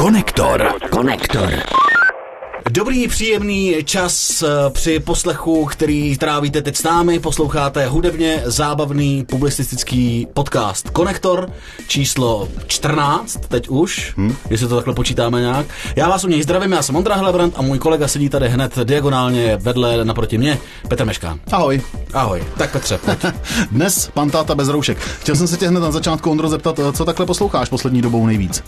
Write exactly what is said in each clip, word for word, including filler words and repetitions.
Konektor. Konektor. Dobrý, příjemný čas při poslechu, který trávíte teď s námi. Posloucháte hudebně zábavný publicistický podcast Konektor, číslo čtrnáct, teď už, hmm. jestli to takhle počítáme nějak. Já vás u něj zdravím, já jsem Ondra Helebrant a můj kolega sedí tady hned diagonálně vedle naproti mě, Petr Meška. Ahoj. Ahoj. Tak Petře, pojď. Dnes pan táta bez roušek. Chtěl jsem se tě hned na začátku, Ondro, zeptat, co takhle posloucháš poslední dobou nejvíc?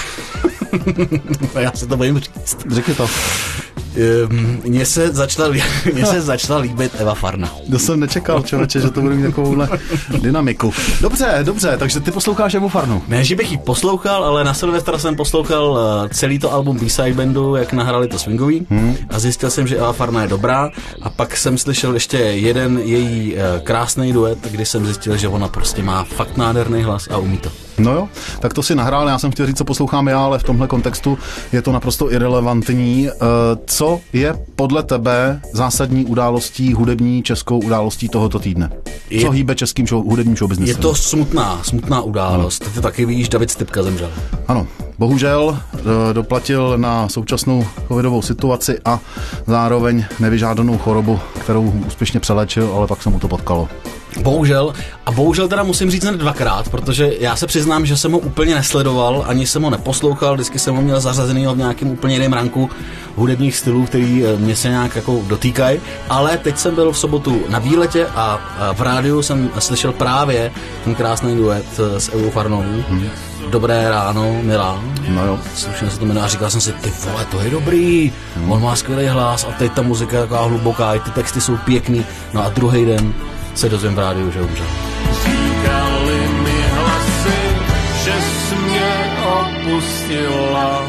Já se to bojím říct. Řekni to. Mně se začala, mně se začala líbit Eva Farna. To jsem nečekal, člověče, že to bude mít takovouhle dynamiku. Dobře, dobře, takže ty posloucháš Evu Farnu. Ne, že bych ji poslouchal, ale na Silvestra jsem poslouchal celý to album B-side bandu, jak nahrali to swingový, hmm. a zjistil jsem, že Eva Farna je dobrá, a pak jsem slyšel ještě jeden její krásný duet, kdy jsem zjistil, že ona prostě má fakt nádherný hlas a umí to. No jo, tak to si nahrál, já jsem chtěl říct, co poslouchám já, ale v tomhle kontextu je to naprosto irelevantní. Co je podle tebe zásadní událostí, hudební českou událostí tohoto týdne? Co je, hýbe českým show, hudebním showbiznesem? Je to smutná, smutná událost. No. Ty taky víš, David Stypka zemřel. Ano, bohužel doplatil na současnou covidovou situaci a zároveň nevyžádanou chorobu, kterou úspěšně přeléčil, ale pak se mu to potkalo. Bohužel. A bohužel teda musím říct hned dvakrát, protože já se přiznám, že jsem ho úplně nesledoval, ani jsem ho neposlouchal, vždycky jsem ho měl zařazenýho v nějakém úplně jiném ranku hudebních stylů, který mě se nějak jako dotýkají, ale teď jsem byl v sobotu na výletě a v rádiu jsem slyšel právě ten krásný duet s Evou Farnou. Hmm. Dobré ráno, milá. No jo. Slušně se to jmenuje a říkal jsem si, ty vole, to je dobrý, hmm. on má skvělý hlas a teď ta muzika je taková hluboká, i ty texty jsou pěkný. No a druhý den se dozvím v rádiu, že umřel. Říkali mi hlasy, že jsi mě opustila.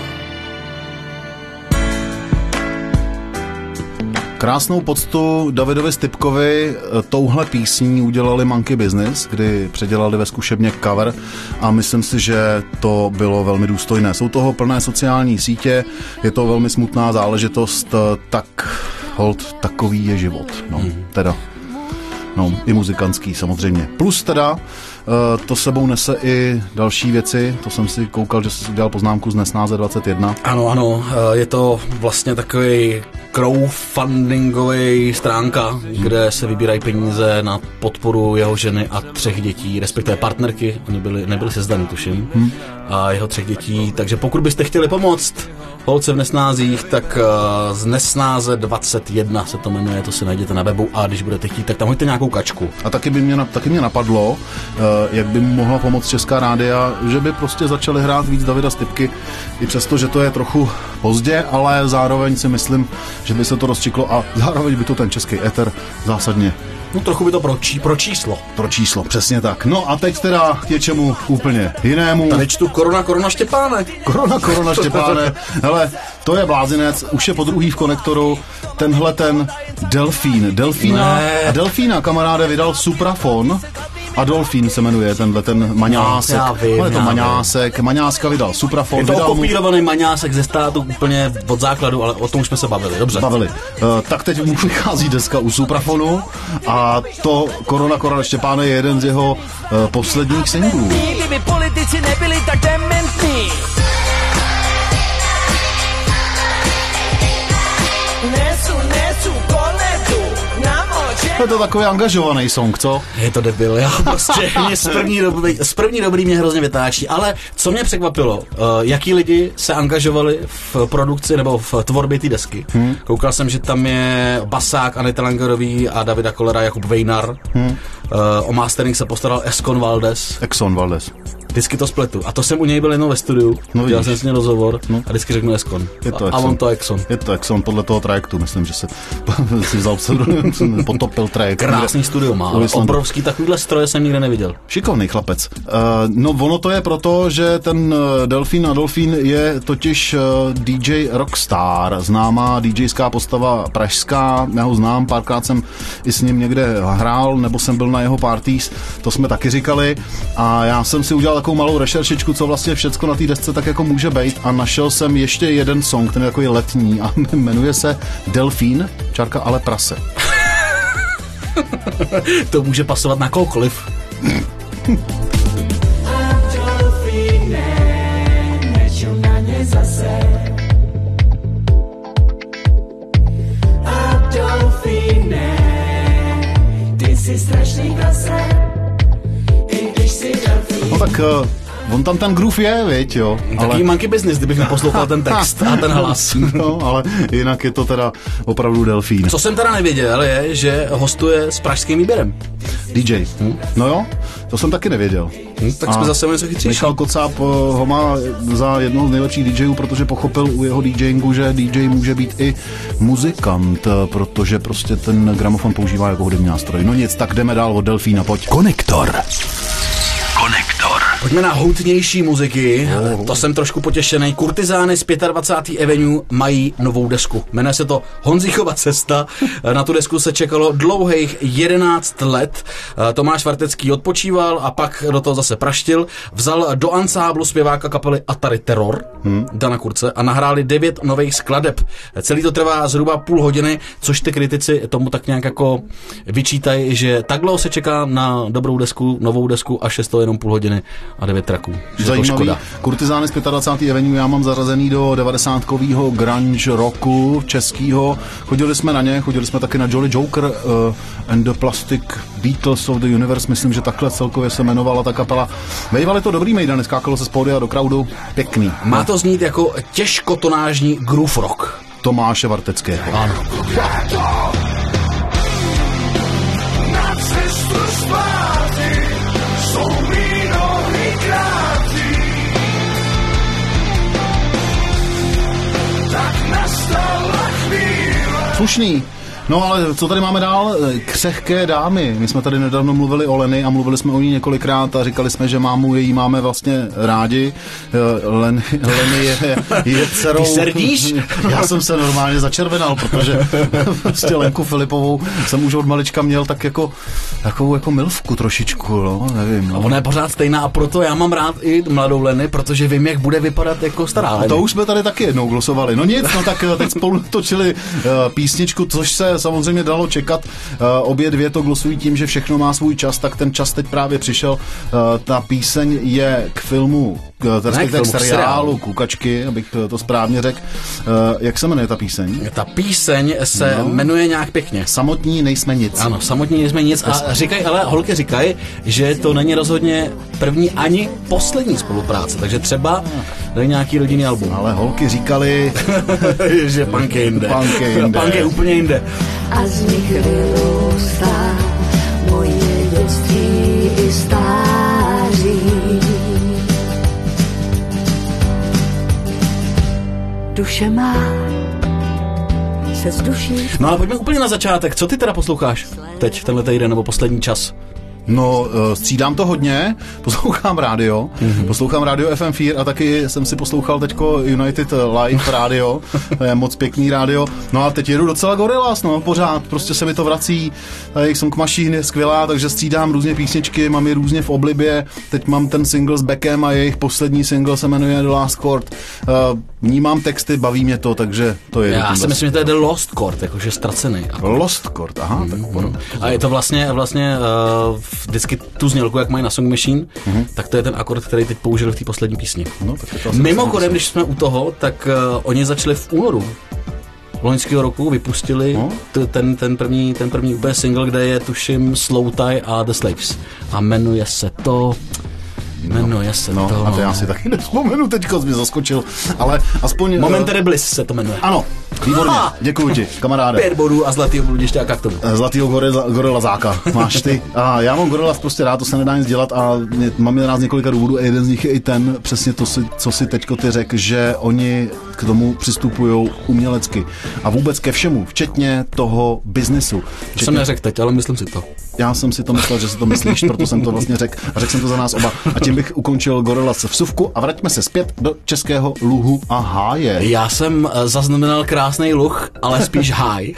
Krásnou poctu Davidovi Stypkovi touhle písní udělali Monkey Business, kdy předělali ve zkušebně cover a myslím si, že to bylo velmi důstojné. Jsou toho plné sociální sítě, je to velmi smutná záležitost, tak hold, takový je život. No, mm. teda. No, i muzikantský samozřejmě. Plus teda, to sebou nese i další věci, to jsem si koukal, že jsi udělal poznámku z Nesnáze dvacet jedna. Ano, ano, je to vlastně takový crowdfundingový stránka, hmm. kde se vybírají peníze na podporu jeho ženy a třech dětí, respektive partnerky, oni byli, nebyli sezdaný, tuším, hmm. a jeho třech dětí, takže pokud byste chtěli pomoct holce v Nesnázích, tak uh, z Nesnáze dvacet jedna se to jmenuje, to si najděte na webu a když budete chtít, tak tam hoďte nějakou kačku. A taky by mě, taky mě napadlo, uh, jak by mu mohla pomoct Česká rádia, že by prostě začali hrát víc Davida Stypky, i přesto, že to je trochu pozdě, ale zároveň si myslím, že by se to rozčiklo a zároveň by to ten český éter zásadně. No trochu by to pro, či, pro číslo. Pro číslo, přesně tak. No a teď teda k něčemu úplně jinému. Tady čtu Korona, Korona Štěpáne. Korona, Korona Štěpáne. Hele, to je blázinec, už je po druhý v Konektoru. Tenhle ten Delfín. Delfína ne. A Delfína, kamaráde, vydal Suprafon. Adolfín se jmenuje tenhle ten maňásek. No, já vím, je to já maňásek. Vím. Maňáska vydal Suprafon. Je to okopírovaný mu... maňásek ze státu úplně od základu, ale o tom už jsme se bavili. Dobře. Bavili. Uh, tak teď mu vychází deska u Suprafonu a to Korona, Korona Štěpáne je jeden z jeho uh, posledních singlů. Kdyby politici nebyli tak dementní. Nesu, nesu, koletu, na oči. Je to takový angažovaný song, co? Je to debil, já prostě mě z první, doby, z první dobrý mě hrozně vytáčí, ale co mě překvapilo, uh, jaký lidi se angažovali v produkci nebo v tvorbě té desky. Hmm. Koukal jsem, že tam je basák Anety Langerový a Davida Kollera, Jakub Vejnar. Hmm. Uh, o mastering se postaral Exxon Valdez. Exxon Valdez. Vždycky to spletu. A to jsem u něj byl jednou ve studiu, no dělal jsem s ním rozhovor no. a vždycky řeknu Exxon. Je to a, Exxon. A on to Exxon. Je to Exxon podle toho trajektu, myslím, že se si vzal pseudonym, potopil trajekt. Krásný studio má, ale obrovský, takovýhle stroje jsem nikde neviděl. Šikovný chlapec. Uh, no ono to je proto, že ten Delfín a Dolfín je totiž uh, D J Rockstar, známá DJská postava pražská, já ho znám, párkrát jsem i s ním někde hrál, nebo jsem byl na jeho parties, to jsme taky říkali a já jsem si udělal takovou malou rešeršičku, co vlastně všecko na té desce tak jako může být a našel jsem ještě jeden song, ten je takový letní a jmenuje se Delfín, čárka ale prase. To může pasovat na kohokoliv. Delfíne, než na ně zase tak uh, on tam ten groove je, viď, jo. Ale... Taký monkey business, kdybych neposlouchal ten text a ten hlas. No, ale jinak je to teda opravdu Delfín. Co jsem teda nevěděl, je, že hostuje s pražským výběrem. D J. Hm? No jo, to jsem taky nevěděl. Hm, tak jsme a zase něco chytřejší. Michal Kocáb ho má za jednoho z nejlepších DJů, protože pochopil u jeho DJingu, že D J může být i muzikant, protože prostě ten gramofon používá jako hudební nástroj. No nic, tak jdeme dál od Delfína, pojď. Konektor. Konektor. Pojďme na houtnější muziky. Oh. To jsem trošku potěšený. Kurtizány z dvacáté páté Avenue mají novou desku. Jmenuje se to Honzichova cesta. Na tu desku se čekalo dlouhých jedenáct let. Tomáš Vartecký odpočíval a pak do toho zase praštil. Vzal do ansáblu zpěváka kapely Atari Terror, hmm. Dana Kurze, a nahráli devět nových skladeb. Celý to trvá zhruba půl hodiny, což ty kritici tomu tak nějak jako vyčítají, že takhle se čeká na dobrou desku, novou desku, až je to jenom půl hodiny a devět tracků. Zajímavý. Kurtizány z dvacáté páté Avenue já mám zařazený do devadesátkového grunge rocku českýho. Chodili jsme na ně, chodili jsme taky na Jolly Joker uh, and the Plastic Beatles of the Universe, myslím, že takhle celkově se jmenovala ta kapela. Vejvali to dobrý mejdan, skákalo se z pódia do crowdu, pěkný. Má to znít jako těžkotonážní groove rock. Tomáše Varteckého. Ano. Slušný. No ale co tady máme dál? Křehké dámy. My jsme tady nedávno mluvili o Leny a mluvili jsme o ní několikrát a říkali jsme, že mámu její máme vlastně rádi. Len, Leny je, je dcerou... Ty srdíš? Já jsem se normálně začervenal, protože prostě Lenku Filipovou jsem už od malička měl tak jako takovou jako milvku trošičku, no, nevím. No. A ona je pořád stejná a proto já mám rád i mladou Leny, protože vím, jak bude vypadat jako stará Leny. To už jsme tady taky jednou glosovali. No nic, no tak teď spolu točili uh, písničku, což se samozřejmě dalo čekat. Uh, obě dvě to glosují tím, že všechno má svůj čas, tak ten čas teď právě přišel. Uh, ta píseň je k filmu, k, respektive k seriálu Kukačky, abych to správně řekl. Uh, jak se jmenuje ta píseň? Ta píseň se no. jmenuje nějak pěkně. Samotní nejsme nic. Ano, samotní nejsme nic a říkají, ale holky říkají, že to není rozhodně první ani poslední spolupráce, takže třeba dají nějaký rodinný album. Ale holky říkali, že punk je jinde. Punk je jinde. Punk je úplně jinde. A z nich vyrůstá moje dětství i stáří. Duše má se z duší. No ale pojďme úplně na začátek. Co ty teda posloucháš teď, tenhle týden nebo poslední čas? No, střídám to hodně, poslouchám rádio, mm-hmm. poslouchám rádio F M čtyři a taky jsem si poslouchal teďko United Live rádio, to je moc pěkný rádio, no a teď jedu docela Gorillaz, no, pořád, prostě se mi to vrací, jejich Song Machine je skvělá, takže střídám různě písničky, mám je různě v oblibě, teď mám ten single s Beckem a jejich poslední single se jmenuje The Last Chord, uh, vnímám texty, baví mě to, takže to je. Já si myslím, že to je The Lost Chord, jakože ztracený. Lost Chord, aha, mm-hmm. tak porod. A je to vlastně, vlastně uh, vždycky tu znělku, jak mají na Song Machine, mm-hmm. tak to je ten akord, který teď použili v té poslední písni. No, mimochodem, když jsme u toho, tak uh, oni začali v únoru loňského roku, vypustili no. t- ten, ten, první, ten první úplně single, kde je tuším Slow Tie a The Slaves. A jmenuje se to... Jmenuje se no, to... a to já si taky nevzpomenu, teďko jsi mi zaskočil, ale aspoň... Momentary Bliss se to jmenuje. Ano, výborně, ha! Děkuju ti, kamaráde. Pět bodů a zlatýho bludišťáka k tomu. Zlatýho gorila, gorilazáka máš ty. A já mám Gorillaz prostě rád, to se nedá nic dělat a mě, mám je rád z několika důvodů a jeden z nich je i ten, přesně to, si, co si teďko ty řekl, že oni k tomu přistupujou umělecky. A vůbec ke všemu, včetně toho biznesu. To jsem neřekl teď, ale myslím si to. Já jsem si to myslel, že si to myslíš, proto jsem to vlastně řekl a řekl jsem to za nás oba. A tím bych ukončil Gorillaz v suvku a vraťme se zpět do českého luhu a háje. Já jsem zaznamenal krásný luh, ale spíš háj.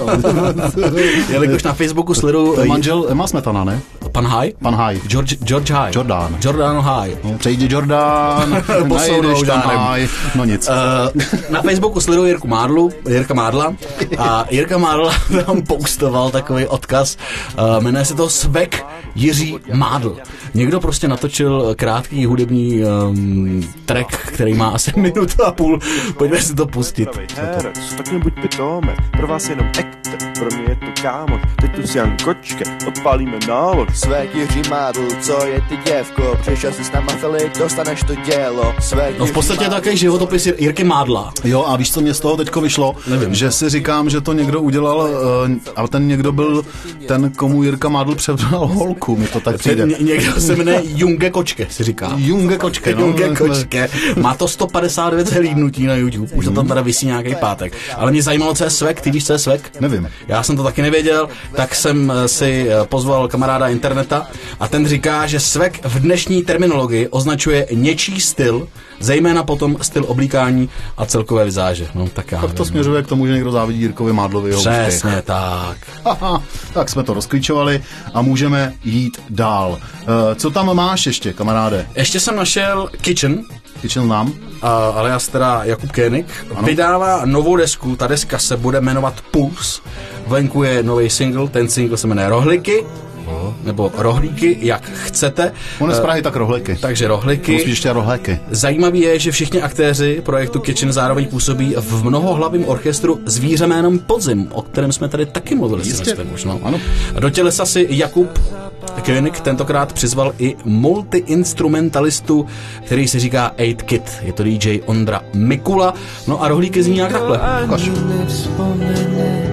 Jelikož na Facebooku sleduju... To je manžel Emma Smetana, ne? Pan Háj? Pan Háj. George, George Háj. Jordan. Jordan Háj. No, přejdi Jordan, najdeš tam Háj. No nic. Uh, na Facebooku sleduju Jirku Mádlu, Jirka Mádla a Jirka Mádla tam postoval takový odkaz. Uh, jmenuje se to Svek Jiří Mádl. Někdo prostě natočil krátký hudební um, track, který má asi minutu a půl. Pojďme si to pustit. Herec, tak nebuď pitomet, pro vás jenom ekter. pro mě je to kámoš, teď tu si jan kočke, odpálíme návod. Své Jiřimádl, co je ty děvko, přišel si s náma Filip, dostaneš to dělo. Své No v podstatě je to takový životopis Jirky Mádla. Jo, a víš, co mě z toho teďko vyšlo? Nevím. Že si říkám, že to někdo udělal, uh, a ten někdo byl ten, komu Jirka Mádl přebral holku, mi to tak přijde. Ně, někdo se jmenuje Junge Kočke, si říká. Junge Kočke, no. Junge Kočke. Má to sto padesát devět hlídnutí na YouTube, už to tam teda visí nějaký pátek. Ale mě zajímalo, co je svek, ty víš, co je svek? Nevím. Já jsem to taky nevěděl, tak jsem si pozval kamaráda interneta a ten říká, že svek v dnešní terminologii označuje něčí styl, zejména potom styl oblíkání a celkové vizáže. No, tak já Tak to nevím. směřuje k tomu, že někdo závidí Jirkovi Mádlovi. Přesně tak. Haha, tak jsme to rozklíčovali a můžeme jít dál. Uh, co tam máš ještě, kamaráde? Ještě jsem našel Kitchen, Kitchen nám? a, alias teda Jakub Koenig, vydává novou desku, ta deska se bude jmenovat Puls, venku je nový single, ten single se jmenuje Rohliky, nebo Rohlíky, jak chcete. On je z Prahy, tak rohleky. Takže Rohliky. Musíš ještě rohleky. Zajímavý je, že všichni aktéři projektu Kitchen zároveň působí v mnohohlavém orchestru Zvíře jménem Podzim, o kterém jsme tady taky mluvili. Jistě. Už, no. Ano. Do tělesa si Jakub Koenig tentokrát přizval i multiinstrumentalistu, který se říká Eight Kid. Je to D J Ondra Mikula. No a Rohlíky zní nějak takhle. Ani nevzpomene,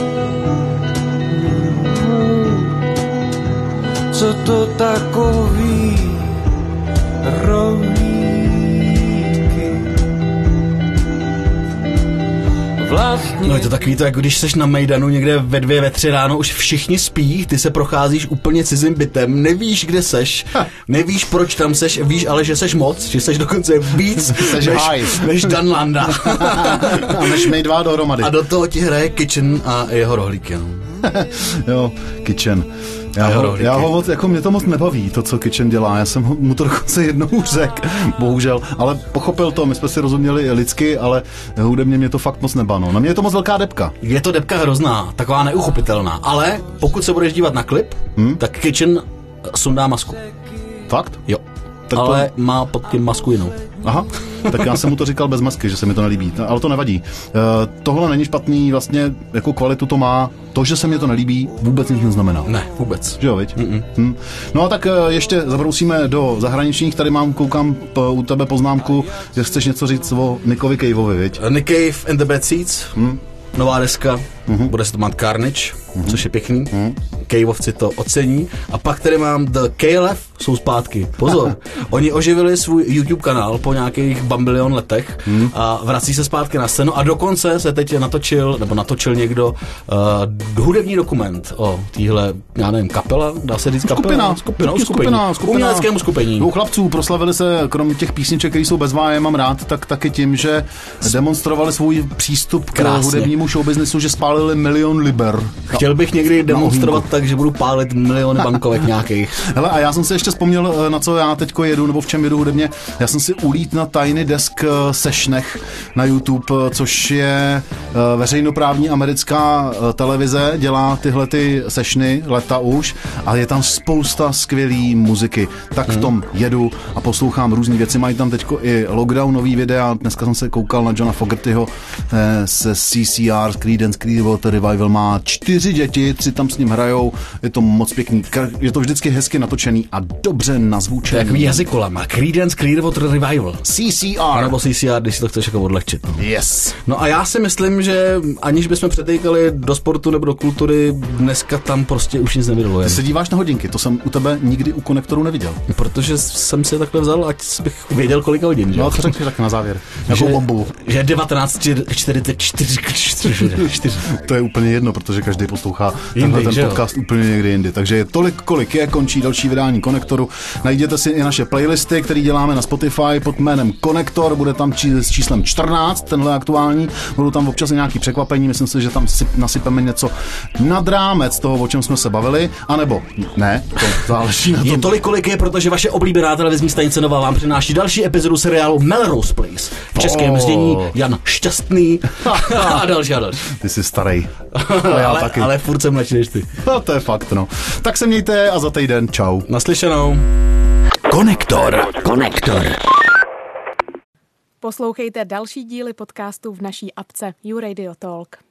co to takový rohlíky. Vlastně No je to takový to, jako když seš na Mejdanu někde ve dvě, ve tři ráno, už všichni spí, ty se procházíš úplně cizím bytem, nevíš, kde seš, nevíš, proč tam seš, víš ale, že seš moc, že seš dokonce víc Seš než, high. než Dan Landa. A než my dva dohromady. A do toho ti hraje Kitchen a jeho rohlíky. No. Jo, Kitchen. Já jo, ho, rohlíky. já ho moc, jako mě to moc nebaví, to, co Kitchen dělá. Já jsem ho, mu to dokonce jednou řekl, bohužel. Ale pochopil to, my jsme si rozuměli lidsky, ale hudebně mě to fakt moc nebano. Na mě je to moc velká depka. Je to depka hrozná, taková neuchopitelná, ale pokud se budeš dívat na klip, hmm? tak Kitchen sundá masku. Fakt? Jo. Tak to- ale má pod tím masku jinou. Aha, tak já jsem mu to říkal bez masky, že se mi to nelíbí, ale to nevadí. E, tohle není špatný, vlastně jako kvalitu to má. To, že se mi to nelíbí, vůbec nic neznamená. Ne, vůbec. Že jo, viď? Hm. No a tak e, ještě zabrousíme do zahraničních, tady mám, koukám p, u tebe poznámku, že chceš něco říct o Nickovi Caveovi, viď? Nick Cave and the Bad Seeds, hmm. nová deska, mm-hmm. bude se to jmenovat Carnage, mm-hmm. což je pěkný. Mm-hmm. Caveovci to ocení. A pak tady mám The K L F, jsou zpátky. Pozor, oni oživili svůj YouTube kanál po nějakých bambilion letech mm. a vrací se zpátky na scénu a dokonce se teď natočil, nebo natočil někdo uh, hudební dokument o téhle, já nevím, kapela, dá se říct kapela? Skupina, skupina, skupina, skupina, skupina. uměleckému skupení. Dvou chlapců proslavili se, krom těch písniček, které jsou bezvájem, mám rád, tak taky tím, že demonstrovali svůj přístup k Krásně. hudebnímu showbiznesu, že spálili milion liber. Chtěl bych někdy demonstrovat ohýnku. tak, že budu pálit miliony bankovek nějakých. Hele, a já jsem si ještě vzpomněl, na co já teďko jedu, nebo v čem jedu hudebně. Já jsem si ulít na Tiny Desk Sessionech na YouTube, což je veřejnoprávní americká televize, dělá tyhle ty sessiony leta už a je tam spousta skvělý muziky. Tak v tom jedu a poslouchám různý věci. Mají tam teďko i lockdownový videa. Dneska jsem se koukal na Johna Fogertyho se C C R, Creedence Clearwater Revival. Má čtyři děti, tři tam s ním hrajou. Je to moc pěkný. Je to vždycky hezky natočený a dobře nazvučený. Takový jazykola má Creedence Clearwater Revival. C C R. Nebo C C R, když si to chceš jako odlehčit. No. Yes. No a já si myslím, že aniž bychom přetejkali do sportu nebo do kultury, dneska tam prostě už nic nevydalo. Ty se díváš na hodinky, to jsem u tebe nikdy u konektoru neviděl. Protože jsem si je takhle vzal, ať bych věděl, kolika hodin. Že? No, to řekni tak na závěr. Jako že, bombu. že devatenáct čtyřicet čtyři. To je úplně jedno, protože každý poslouchá Jindy, tenhle ten že podcast jo? úplně někdy jindy. Takže je tolik, kolik je, končí další vydání Konektoru. Najděte si i naše playlisty, které děláme na Spotify pod jménem Konektor. Bude tam či, s číslem čtrnáct, tenhle aktuální. Budou tam občas nějaký překvapení. Myslím si, že tam syp, nasypeme něco nad rámec toho, o čem jsme se bavili. A nebo ne, to záleží na tom. Je tolik, kolik je, protože vaše oblíbená televizní stanice Nova vám přináší další epizodu seriálu Melrose Place. V českém Oh. znění Jan Šťastný a další a další. Ty jsi starý. A já ale, taky. ale furt jsem mladší než ty. No, to je fakt, no. Tak se mějte a za týden čau. Naslyšenou. Konektor. Konektor. Poslouchejte další díly podcastu v naší apce YouRadio Talk.